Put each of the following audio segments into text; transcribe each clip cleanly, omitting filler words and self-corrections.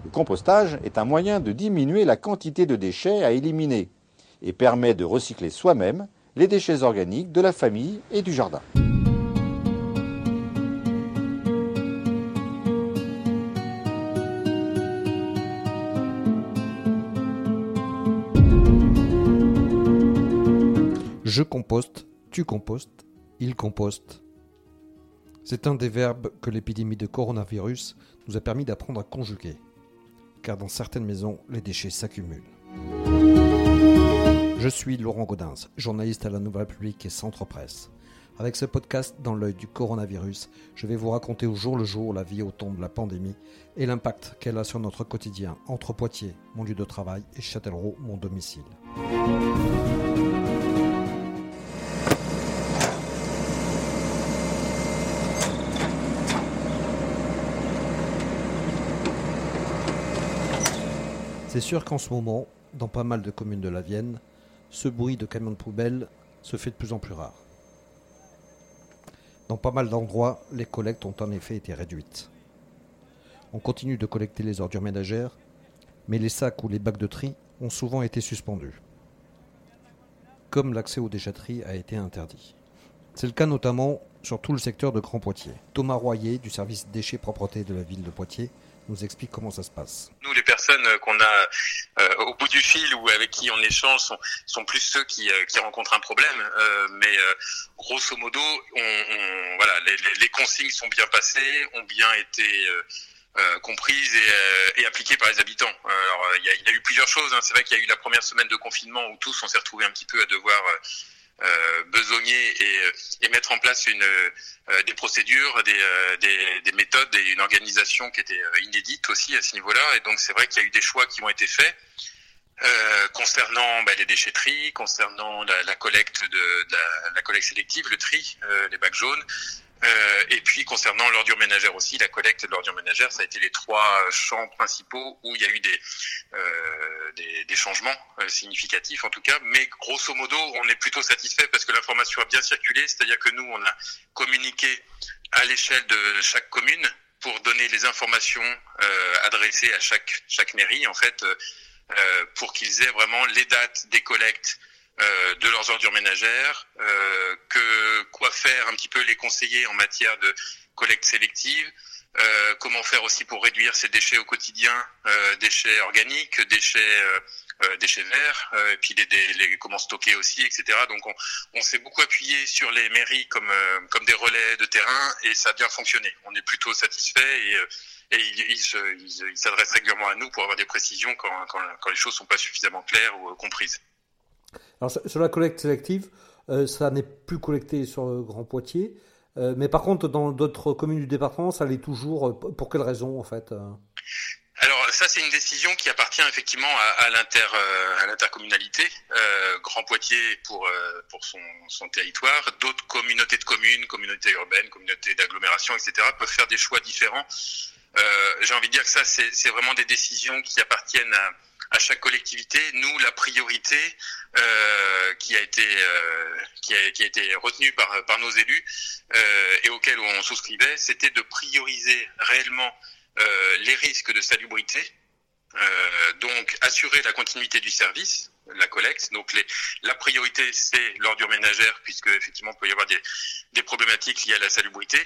Le compostage est un moyen de diminuer la quantité de déchets à éliminer et permet de recycler soi-même les déchets organiques de la famille et du jardin. Je composte, tu compostes, il composte. C'est un des verbes que l'épidémie de coronavirus nous a permis d'apprendre à conjuguer. Car dans certaines maisons, les déchets s'accumulent. Je suis Laurent Gaudens, journaliste à la Nouvelle République et Centre Presse. Avec ce podcast dans l'œil du coronavirus, je vais vous raconter au jour le jour la vie au temps de la pandémie et l'impact qu'elle a sur notre quotidien entre Poitiers, mon lieu de travail, et Châtellerault, mon domicile. C'est sûr qu'en ce moment, dans pas mal de communes de la Vienne, ce bruit de camions de poubelle se fait de plus en plus rare. Dans pas mal d'endroits, les collectes ont en effet été réduites. On continue de collecter les ordures ménagères, mais les sacs ou les bacs de tri ont souvent été suspendus. Comme l'accès aux déchetteries a été interdit. C'est le cas notamment sur tout le secteur de Grand Poitiers. Thomas Royer, du service déchets propreté de la ville de Poitiers, nous explique comment ça se passe. Nous, les personnes qu'on a au bout du fil ou avec qui on échange sont plus ceux qui rencontrent un problème. Mais grosso modo, voilà, les consignes sont bien passées, ont bien été comprises et appliquées par les habitants. Alors, il y a eu plusieurs choses. Hein. C'est vrai qu'il y a eu la première semaine de confinement où tous on s'est retrouvés un petit peu à devoir besogner et mettre en place des procédures, des méthodes et une organisation qui était inédite aussi à ce niveau-là. Et donc c'est vrai qu'il y a eu des choix qui ont été faits concernant les déchetteries, concernant la collecte la collecte sélective, le tri, les bacs jaunes. Et puis concernant l'ordure ménagère aussi, la collecte de l'ordure ménagère, ça a été les trois champs principaux où il y a eu des changements significatifs en tout cas, mais grosso modo on est plutôt satisfait parce que l'information a bien circulé, c'est-à-dire que nous on a communiqué à l'échelle de chaque commune pour donner les informations adressées à chaque mairie en fait, pour qu'ils aient vraiment les dates des collectes de leurs ordures ménagères, quoi faire un petit peu les conseillers en matière de collecte sélective, comment faire aussi pour réduire ces déchets au quotidien, déchets organiques, déchets verts, et puis comment stocker aussi, etc. Donc on s'est beaucoup appuyé sur les mairies comme des relais de terrain et ça a bien fonctionné. On est plutôt satisfait et ils s'adressent régulièrement à nous pour avoir des précisions quand les choses sont pas suffisamment claires ou comprises. Alors sur la collecte sélective, ça n'est plus collecté sur le Grand Poitiers, mais par contre dans d'autres communes du département, ça l'est toujours. Pour quelle raison en fait Alors ça c'est une décision qui appartient effectivement à l'intercommunalité. Grand Poitiers pour son territoire, d'autres communautés de communes, communautés urbaines, communautés d'agglomération, etc. peuvent faire des choix différents. J'ai envie de dire que ça c'est vraiment des décisions qui appartiennent à chaque collectivité. Nous, la priorité qui a été retenue par nos élus et auquel on souscrivait, c'était de prioriser réellement les risques de salubrité, donc assurer la continuité du service, la collecte. Donc la priorité c'est l'ordure ménagère puisque effectivement il peut y avoir des problématiques liées à la salubrité.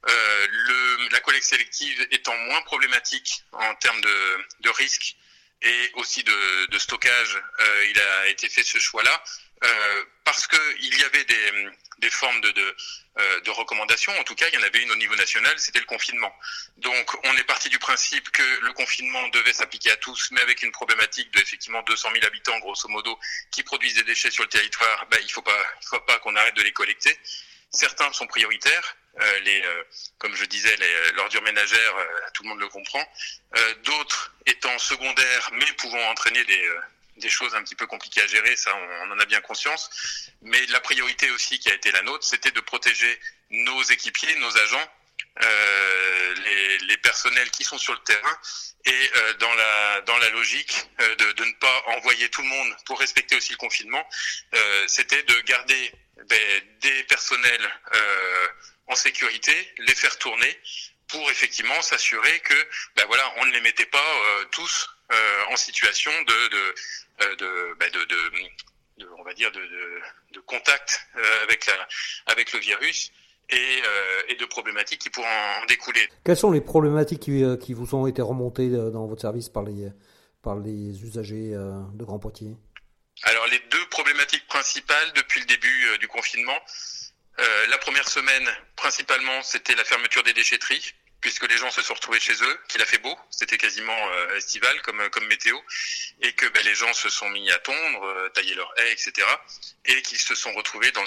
La collecte sélective étant moins problématique en termes de risques et aussi de stockage, il a été fait ce choix-là parce que il y avait des formes de recommandations. En tout cas, il y en avait une au niveau national, c'était le confinement. Donc, on est parti du principe que le confinement devait s'appliquer à tous, mais avec une problématique de effectivement 200 000 habitants, grosso modo, qui produisent des déchets sur le territoire. Il faut pas qu'on arrête de les collecter. Certains sont prioritaires. Comme je disais, l'ordure ménagère, tout le monde le comprend. D'autres étant secondaires, mais pouvant entraîner des choses un petit peu compliquées à gérer, ça on en a bien conscience. Mais la priorité aussi qui a été la nôtre, c'était de protéger nos équipiers, nos agents, les personnels qui sont sur le terrain, et dans la logique de ne pas envoyer tout le monde pour respecter aussi le confinement, c'était de garder des personnels en sécurité, les faire tourner pour effectivement s'assurer que on ne les mettait pas tous en situation on va dire de contact avec le virus et de problématiques qui pourraient en découler. Quelles sont les problématiques qui vous ont été remontées dans votre service par les usagers de Grand Poitiers ? Alors les deux problématiques principales depuis le début du confinement, la première semaine principalement c'était la fermeture des déchetteries, puisque les gens se sont retrouvés chez eux, qu'il a fait beau, c'était quasiment estival comme météo, et que les gens se sont mis à tondre, tailler leurs haies, etc., et qu'ils se sont retrouvés dans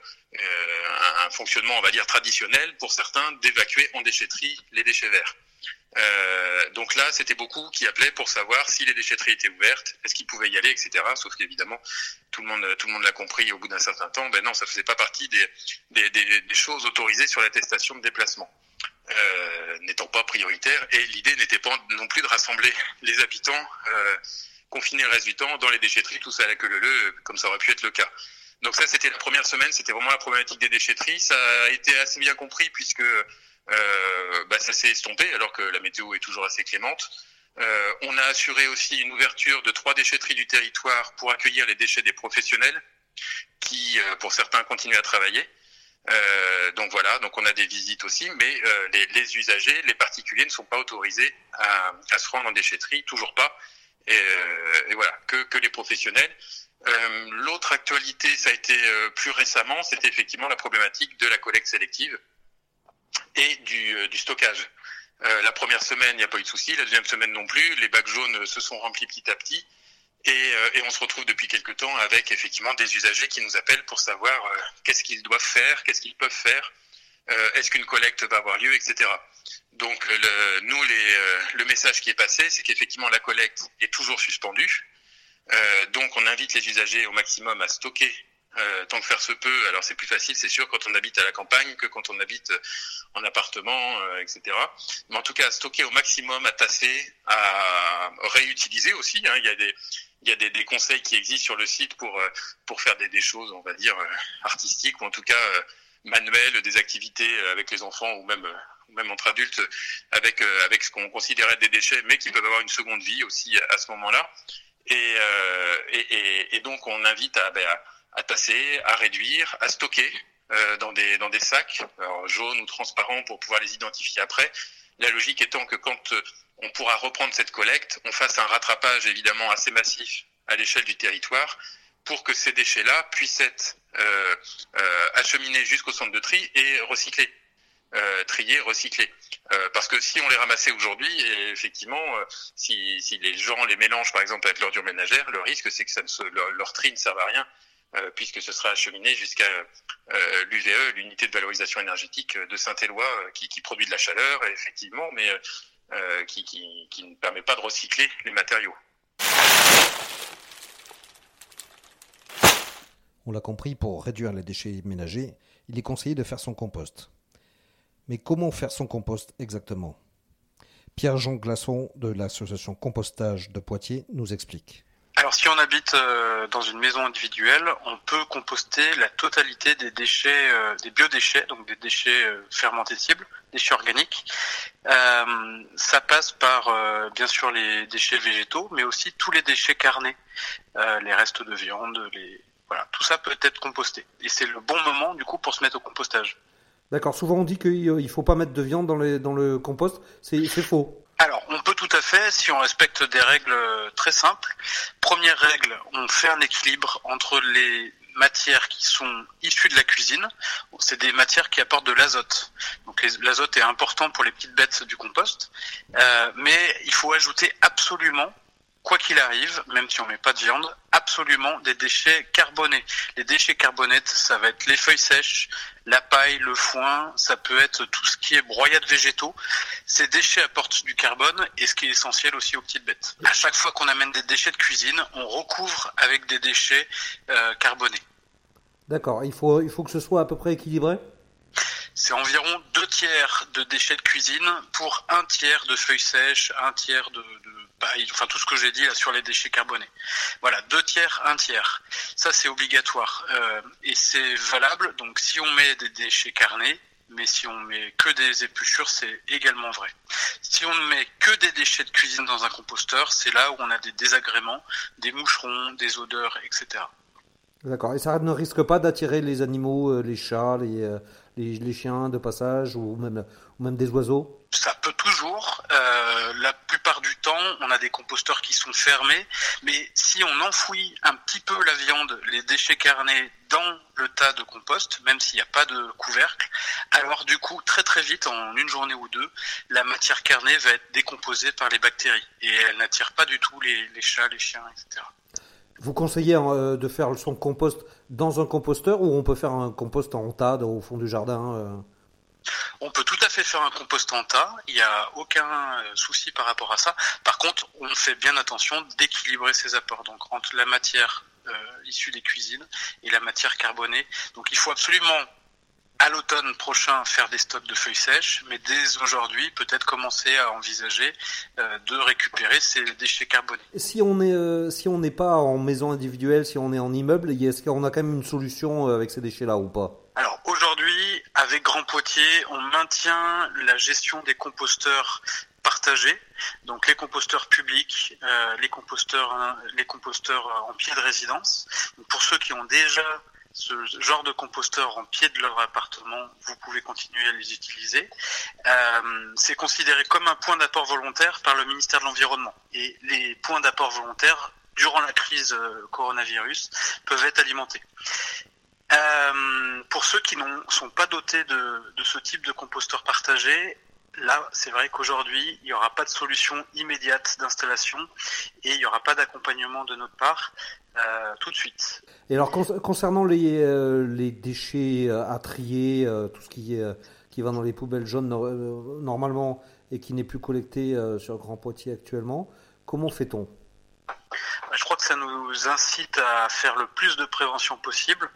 un fonctionnement, on va dire, traditionnel, pour certains, d'évacuer en déchetterie les déchets verts. Donc là, c'était beaucoup qui appelaient pour savoir si les déchetteries étaient ouvertes, est-ce qu'ils pouvaient y aller, etc., sauf qu'évidemment, tout le monde l'a compris au bout d'un certain temps, non, ça faisait pas partie des choses autorisées sur l'attestation de déplacement. N'étant pas prioritaire, et l'idée n'était pas non plus de rassembler les habitants confinés le reste du temps dans les déchetteries, tout ça à la queue leu, comme ça aurait pu être le cas. Donc ça, c'était la première semaine, c'était vraiment la problématique des déchetteries. Ça a été assez bien compris puisque ça s'est estompé alors que la météo est toujours assez clémente. On a assuré aussi une ouverture de 3 déchetteries du territoire pour accueillir les déchets des professionnels qui, pour certains, continuent à travailler. Donc on a des visites aussi, mais les usagers, les particuliers ne sont pas autorisés à se rendre en déchetterie, toujours pas. Et voilà, que les professionnels. L'autre actualité, ça a été plus récemment, c'était effectivement la problématique de la collecte sélective et du stockage. La première semaine, il n'y a pas eu de souci, la deuxième semaine non plus, les bacs jaunes se sont remplis petit à petit. Et on se retrouve depuis quelque temps avec effectivement des usagers qui nous appellent pour savoir qu'est-ce qu'ils doivent faire, qu'est-ce qu'ils peuvent faire, est-ce qu'une collecte va avoir lieu, etc. Donc le message qui est passé, c'est qu'effectivement la collecte est toujours suspendue. Donc on invite les usagers au maximum à stocker tant que faire se peut. Alors c'est plus facile, c'est sûr, quand on habite à la campagne que quand on habite en appartement, etc. Mais en tout cas, à stocker au maximum, à tasser, à réutiliser aussi. Il y a des conseils qui existent sur le site pour faire des choses, on va dire, artistiques ou en tout cas manuelles, des activités avec les enfants ou même entre adultes avec ce qu'on considérait des déchets, mais qui peuvent avoir une seconde vie aussi à ce moment-là. Et donc on invite à tasser, à réduire, à stocker dans des sacs jaunes ou transparents pour pouvoir les identifier après. La logique étant que quand on pourra reprendre cette collecte, on fasse un rattrapage évidemment assez massif à l'échelle du territoire pour que ces déchets-là puissent être acheminés jusqu'au centre de tri et recyclés. Trier, recycler. Parce que si on les ramassait aujourd'hui, et effectivement, si les gens les mélangent par exemple avec l'ordure ménagère, le risque c'est que leur tri ne serve à rien, puisque ce sera acheminé jusqu'à l'UVE, l'unité de valorisation énergétique de Saint-Éloi, qui produit de la chaleur, effectivement, mais qui ne permet pas de recycler les matériaux. On l'a compris, pour réduire les déchets ménagers, il est conseillé de faire son compost. Mais comment faire son compost exactement ? Pierre-Jean Glasson de l'association Compostage de Poitiers nous explique. Alors si on habite dans une maison individuelle, on peut composter la totalité des déchets, des biodéchets, donc des déchets fermentécibles, déchets organiques. Ça passe par bien sûr les déchets végétaux, mais aussi tous les déchets carnés, les restes de viande, voilà, tout ça peut être composté. Et c'est le bon moment du coup pour se mettre au compostage. D'accord, souvent on dit qu'il ne faut pas mettre de viande dans le compost, c'est faux. Alors, on peut tout à fait, si on respecte des règles très simples. Première règle, on fait un équilibre entre les matières qui sont issues de la cuisine. C'est des matières qui apportent de l'azote. Donc l'azote est important pour les petites bêtes du compost. Mais il faut ajouter absolument, quoi qu'il arrive, même si on met pas de viande, absolument des déchets carbonés. Les déchets carbonés, ça va être les feuilles sèches, la paille, le foin, ça peut être tout ce qui est broyade végétaux. Ces déchets apportent du carbone et ce qui est essentiel aussi aux petites bêtes. À chaque fois qu'on amène des déchets de cuisine, on recouvre avec des déchets carbonés. D'accord, il faut que ce soit à peu près équilibré ? C'est environ 2/3 de déchets de cuisine pour 1/3 de feuilles sèches, 1/3 de paille, enfin tout ce que j'ai dit là sur les déchets carbonés. Voilà, 2/3, 1/3. Ça c'est obligatoire et c'est valable. Donc si on met des déchets carnés, mais si on met que des épluchures, c'est également vrai. Si on ne met que des déchets de cuisine dans un composteur, c'est là où on a des désagréments, des moucherons, des odeurs, etc. D'accord. Et ça ne risque pas d'attirer les animaux, les chats, les chiens de passage ou même des oiseaux? Ça peut toujours. La plupart du temps, on a des composteurs qui sont fermés, mais si on enfouit un petit peu la viande, les déchets carnés dans le tas de compost, même s'il n'y a pas de couvercle, alors du coup, très très vite, en une journée ou deux, la matière carnée va être décomposée par les bactéries et elle n'attire pas du tout les chats, les chiens, etc. Vous conseillez de faire son compost dans un composteur ou on peut faire un compost en tas au fond du jardin On peut tout à fait faire un compost en tas, il n'y a aucun souci par rapport à ça. Par contre, on fait bien attention d'équilibrer ses apports, donc entre la matière issue des cuisines et la matière carbonée. Donc il faut absolument, à l'automne prochain, faire des stocks de feuilles sèches, mais dès aujourd'hui, peut-être commencer à envisager de récupérer ces déchets carbonés. Si on n'est pas en maison individuelle, si on est en immeuble, est-ce qu'on a quand même une solution avec ces déchets-là ou pas? Alors aujourd'hui, avec Grand Poitiers, on maintient la gestion des composteurs partagés, donc les composteurs publics, les composteurs en pied de résidence. Donc pour ceux qui ont déjà ce genre de composteur en pied de leur appartement, vous pouvez continuer à les utiliser. C'est considéré comme un point d'apport volontaire par le ministère de l'Environnement. Et les points d'apport volontaires, durant la crise coronavirus, peuvent être alimentés. Pour ceux qui ne sont pas dotés de ce type de composteur partagé, là, c'est vrai qu'aujourd'hui, il n'y aura pas de solution immédiate d'installation et il n'y aura pas d'accompagnement de notre part tout de suite. Et alors, concernant les déchets à trier, tout ce qui va dans les poubelles jaunes normalement et qui n'est plus collecté sur Grand Poitiers actuellement, comment fait-on ? Je crois que ça nous incite à faire le plus de prévention possible.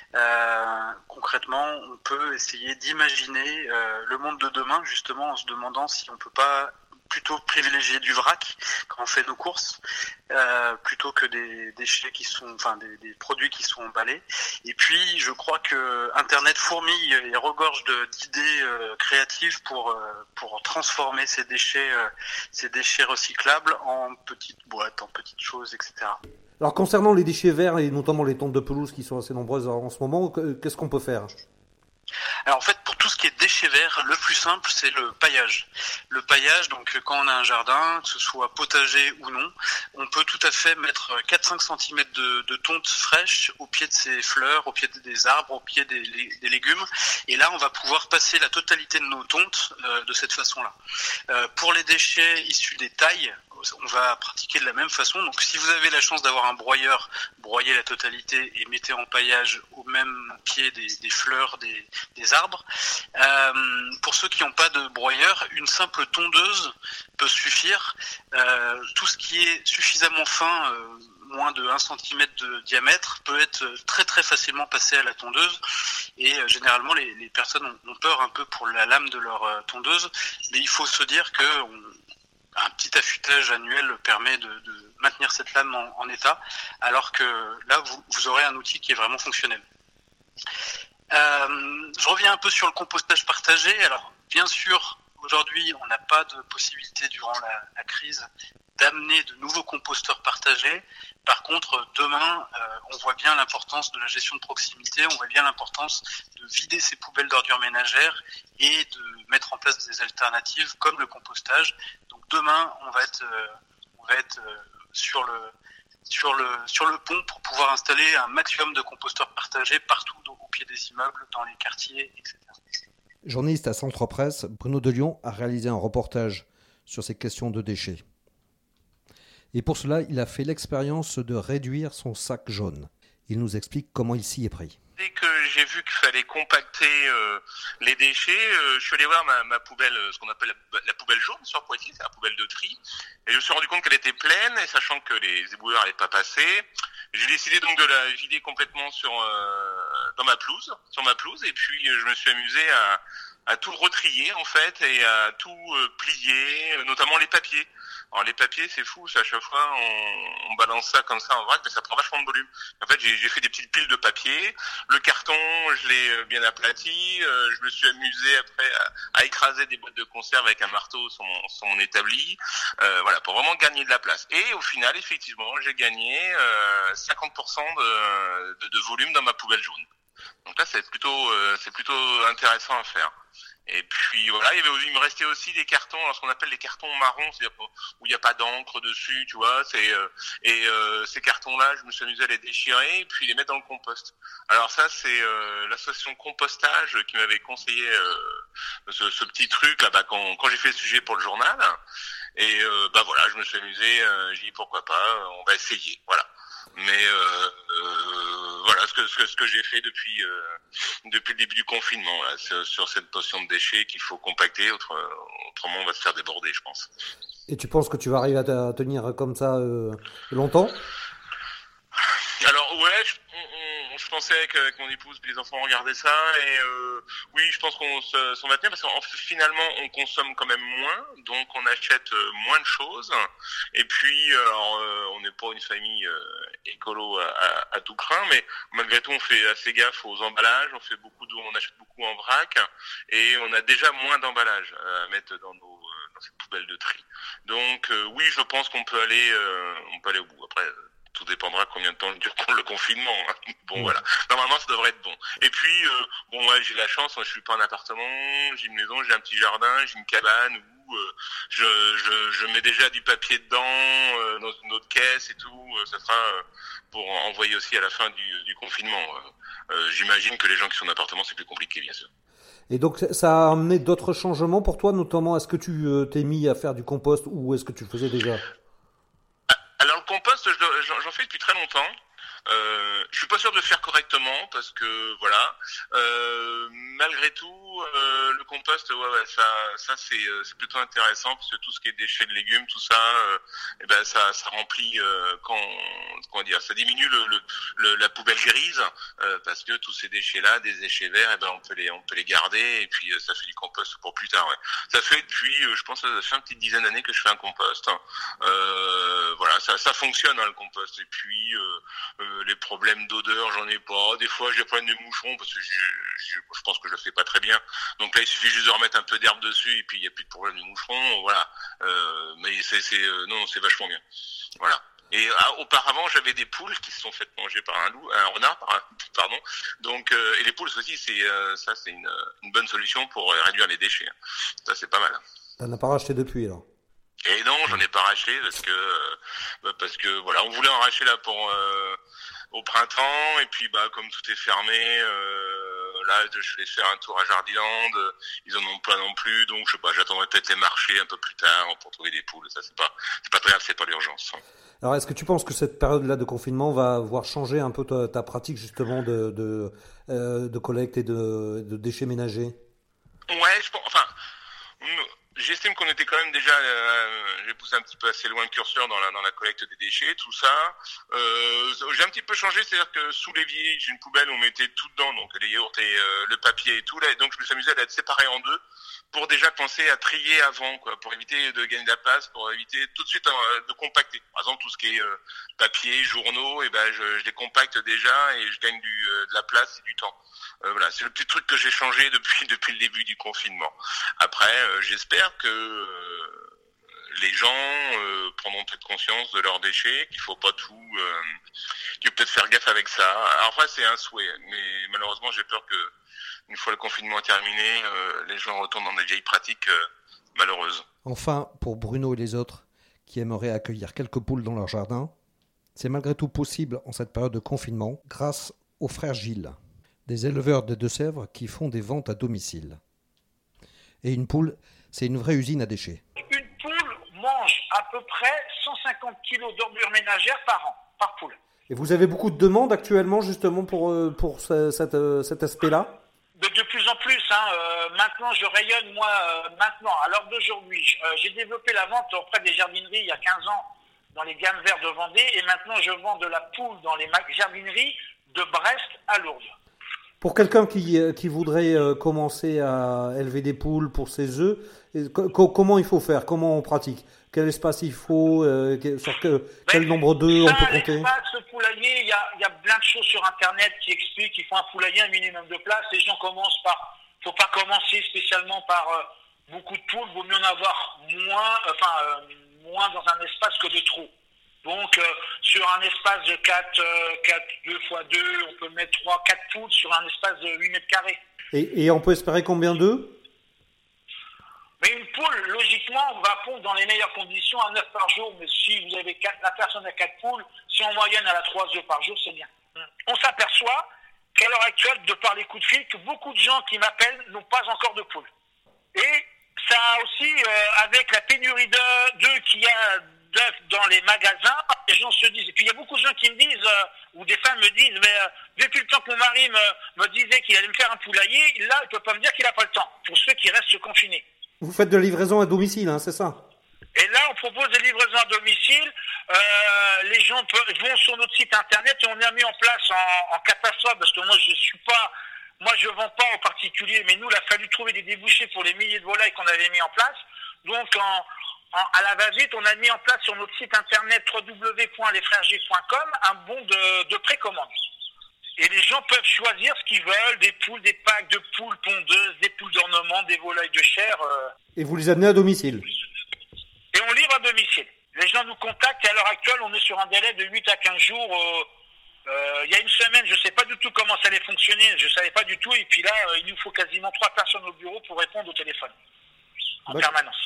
Concrètement, on peut essayer d'imaginer le monde de demain, justement, en se demandant si on peut pas plutôt privilégier du vrac quand on fait nos courses, plutôt que des déchets des produits qui sont emballés. Et puis, je crois que Internet fourmille et regorge d'idées créatives pour transformer ces déchets recyclables en petites boîtes, en petites choses, etc. Alors, concernant les déchets verts et notamment les tontes de pelouse qui sont assez nombreuses en ce moment, qu'est-ce qu'on peut faire ? Alors en fait, pour tout ce qui est déchets verts, le plus simple, c'est le paillage. Le paillage, donc quand on a un jardin, que ce soit potager ou non, on peut tout à fait mettre 4-5 cm de tonte fraîche au pied de ses fleurs, au pied des arbres, au pied des légumes. Et là, on va pouvoir passer la totalité de nos tontes de cette façon-là. Pour les déchets issus des tailles, on va pratiquer de la même façon. Donc si vous avez la chance d'avoir un broyeur, broyez la totalité et mettez en paillage au même pied des fleurs, des arbres. Pour ceux qui n'ont pas de broyeur, une simple tondeuse peut suffire. Tout ce qui est suffisamment fin, moins de 1 cm de diamètre, peut être très très facilement passé à la tondeuse. Et généralement, les personnes ont peur un peu pour la lame de leur tondeuse, mais il faut se dire que un petit affûtage annuel permet de maintenir cette lame en état, alors que là, vous aurez un outil qui est vraiment fonctionnel. Je reviens un peu sur le compostage partagé. Alors, bien sûr, aujourd'hui, on n'a pas de possibilité durant la crise d'amener de nouveaux composteurs partagés. Par contre, demain, on voit bien l'importance de la gestion de proximité, on voit bien l'importance de vider ces poubelles d'ordures ménagères et de mettre en place des alternatives comme le compostage. Donc demain, on va être sur le pont pour pouvoir installer un maximum de composteurs partagés partout au pied des immeubles, dans les quartiers, etc. Journaliste à Centre Presse, Bruno Delion a réalisé un reportage sur ces questions de déchets. Et pour cela, il a fait l'expérience de réduire son sac jaune. Il nous explique comment il s'y est pris. Dès que j'ai vu qu'il fallait compacter les déchets, je suis allé voir ma poubelle, ce qu'on appelle la poubelle jaune sur Poitiers, c'est la poubelle de tri. Et je me suis rendu compte qu'elle était pleine, et sachant que les éboueurs n'allaient pas passer, j'ai décidé donc de la vider complètement sur ma pelouse, et puis je me suis amusé à tout retrier en fait, et à tout plier, notamment les papiers. Alors les papiers, c'est fou, à chaque fois on balance ça comme ça en vrac, mais ça prend vachement de volume. En fait, j'ai fait des petites piles de papier. Le carton, je l'ai bien aplati. Je me suis amusé après à écraser des boîtes de conserve avec un marteau sur mon établi. Voilà, pour vraiment gagner de la place. Et au final, effectivement, j'ai gagné 50% de volume dans ma poubelle jaune. Donc là, c'est plutôt intéressant à faire. Et puis voilà, il me restait aussi des cartons, alors ce qu'on appelle les cartons marrons, c'est-à-dire où il n'y a pas d'encre dessus, tu vois. Ces cartons-là, je me suis amusé à les déchirer et puis les mettre dans le compost. Alors ça, c'est l'association compostage qui m'avait conseillé ce petit truc là, quand j'ai fait le sujet pour le journal. Et voilà, je me suis amusé, j'ai dit pourquoi pas, on va essayer, voilà. Mais voilà ce que j'ai fait depuis le début du confinement là, sur cette notion de déchets qu'il faut compacter, autrement on va se faire déborder, je pense. Et tu penses que tu vas arriver à tenir comme ça longtemps ? Alors ouais, je pensais qu'avec mon épouse et les enfants on regardait ça et oui, je pense qu'on va tenir parce que finalement on consomme quand même moins, donc on achète moins de choses. Et puis alors on n'est pas une famille écolo à tout craint, mais malgré tout on fait assez gaffe aux emballages, on achète beaucoup en vrac et on a déjà moins d'emballages à mettre dans cette poubelle de tri. Donc oui, je pense qu'on peut aller au bout. Après tout dépendra combien de temps dure le confinement. Bon, voilà. Normalement, ça devrait être bon. Et puis, j'ai la chance, moi, je suis pas en appartement, j'ai une maison, j'ai un petit jardin, j'ai une cabane où je mets déjà du papier dedans, dans une autre caisse et tout. Ça sera pour envoyer aussi à la fin du confinement. J'imagine que les gens qui sont en appartement, c'est plus compliqué, bien sûr. Et donc, ça a amené d'autres changements pour toi, notamment, est-ce que tu t'es mis à faire du compost ou est-ce que tu le faisais déjà ? Alors le compost, j'en fais depuis très longtemps. Je suis pas sûr de le faire correctement parce que voilà. Malgré tout, le compost, ouais, ça c'est plutôt intéressant parce que tout ce qui est déchets de légumes, tout ça, ça remplit ça diminue la poubelle grise parce que tous ces déchets-là, des déchets verts, on peut les garder et puis ça fait du compost pour plus tard. Ouais. Ça fait depuis, je pense, ça fait une petite dizaine d'années que je fais un compost. Voilà, ça fonctionne le compost. Et puis les problèmes d'odeur, j'en ai pas. Des fois, j'ai des problèmes de moucherons parce que je pense que je le fais pas très bien. Donc là, il suffit juste de remettre un peu d'herbe dessus et puis il y a plus de problème de moucherons. Voilà. Mais c'est vachement bien. Voilà. Et auparavant, j'avais des poules qui se sont faites manger par un renard, pardon. Donc, et les poules aussi, c'est une bonne solution pour réduire les déchets. Ça, c'est pas mal. T'en as pas racheté depuis alors ? Et non, j'en ai pas racheté parce que voilà, on voulait en racheter là au printemps et puis comme tout est fermé, là je vais faire un tour à Jardiland, ils en ont pas non plus, donc je sais pas, j'attendrai peut-être les marchés un peu plus tard pour trouver des poules. Ça c'est pas très grave, c'est pas l'urgence. Alors est-ce que tu penses que cette période-là de confinement va voir changer un peu ta pratique justement de collecte et de déchets ménagers ? Ouais, j'estime qu'on était quand même déjà, j'ai poussé un petit peu assez loin le curseur dans la collecte des déchets, tout ça. J'ai un petit peu changé, c'est-à-dire que sous l'évier, j'ai une poubelle où on mettait tout dedans, donc les yaourts et le papier et tout, là, et donc je me suis amusé à être séparé en deux pour déjà penser à trier avant, quoi, pour éviter de gagner de la place, pour éviter tout de suite de compacter. Par exemple, tout ce qui est papier, journaux, je les compacte déjà et je gagne de la place et du temps. Voilà, c'est le petit truc que j'ai changé depuis le début du confinement. Après, j'espère que les gens prendront peut-être conscience de leurs déchets, qu'il faut pas tout, qu'il faut peut-être faire gaffe avec ça. Alors après, c'est un souhait, mais malheureusement, j'ai peur que une fois le confinement terminé, les gens retournent dans des vieilles pratiques malheureuses. Enfin, pour Bruno et les autres qui aimeraient accueillir quelques poules dans leur jardin, c'est malgré tout possible en cette période de confinement grâce aux frères Gilles, des éleveurs des Deux-Sèvres qui font des ventes à domicile. Et une poule, c'est une vraie usine à déchets. Une poule mange à peu près 150 kilos d'ordures ménagères par an, par poule. Et vous avez beaucoup de demandes actuellement justement pour cet aspect-là ? De plus en plus, maintenant je rayonne maintenant, à l'heure d'aujourd'hui. J'ai développé la vente auprès des jardineries il y a 15 ans dans les gammes vertes de Vendée et maintenant je vends de la poule dans les jardineries de Brest à Lourdes. Pour quelqu'un qui voudrait commencer à élever des poules pour ses œufs, comment il faut faire ? Comment on pratique ? Quel espace il faut, quel nombre d'œufs on peut compter? L'espace, le poulailler, il y a plein de choses sur Internet qui expliquent qu'il faut un poulailler, un minimum de place. Les gens commencent par... Il ne faut pas commencer spécialement par beaucoup de poules. Il vaut mieux en avoir moins dans un espace que de trop. Donc, sur un espace de 2 x 2, on peut mettre 3-4 poules sur un espace de 8 mètres carrés. Et on peut espérer combien d'œufs? Mais une poule, logiquement, on va pondre dans les meilleures conditions à 9 par jour. Mais si vous avez la personne a 4 poules, si en moyenne elle a 3 œufs par jour, c'est bien. On s'aperçoit qu'à l'heure actuelle, de par les coups de fil, que beaucoup de gens qui m'appellent n'ont pas encore de poules. Et ça a aussi, avec la pénurie d'œufs qu'il y a d'œufs dans les magasins, les gens se disent, et puis il y a beaucoup de gens qui me disent, ou des femmes me disent, mais depuis le temps que mon mari me disait qu'il allait me faire un poulailler, là, il ne peut pas me dire qu'il n'a pas le temps, pour ceux qui restent confinés. Vous faites de livraison à domicile, hein, c'est ça? Et là, on propose des livraisons à domicile. Les gens vont sur notre site internet et on a mis en place en catastrophe, parce que moi je vends pas en particulier, mais nous, il a fallu trouver des débouchés pour les milliers de volailles qu'on avait mis en place. Donc, à la va-vite, on a mis en place sur notre site internet www.lesfreresg.com un bon de précommande. Et les gens peuvent choisir ce qu'ils veulent, des poules, des packs de poules pondeuses, des poules d'ornement, des volailles de chair. Et vous les amenez à domicile? Et on livre à domicile. Les gens nous contactent et à l'heure actuelle, on est sur un délai de 8 à 15 jours. Il y a une semaine, je ne sais pas du tout comment ça allait fonctionner, je ne savais pas du tout. Et puis là, il nous faut quasiment 3 personnes au bureau pour répondre au téléphone en permanence.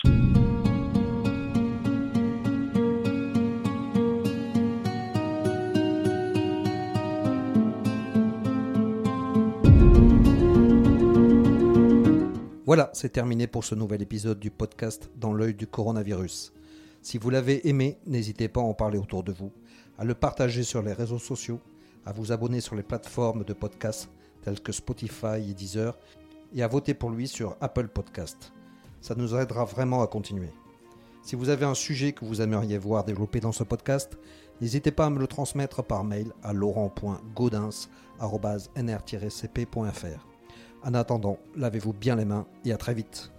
Voilà, c'est terminé pour ce nouvel épisode du podcast Dans l'œil du coronavirus. Si vous l'avez aimé, n'hésitez pas à en parler autour de vous, à le partager sur les réseaux sociaux, à vous abonner sur les plateformes de podcast telles que Spotify et Deezer et à voter pour lui sur Apple Podcast. Ça nous aidera vraiment à continuer. Si vous avez un sujet que vous aimeriez voir développé dans ce podcast, n'hésitez pas à me le transmettre par mail à laurent.gaudens@nr-cp.fr. En attendant, lavez-vous bien les mains et à très vite.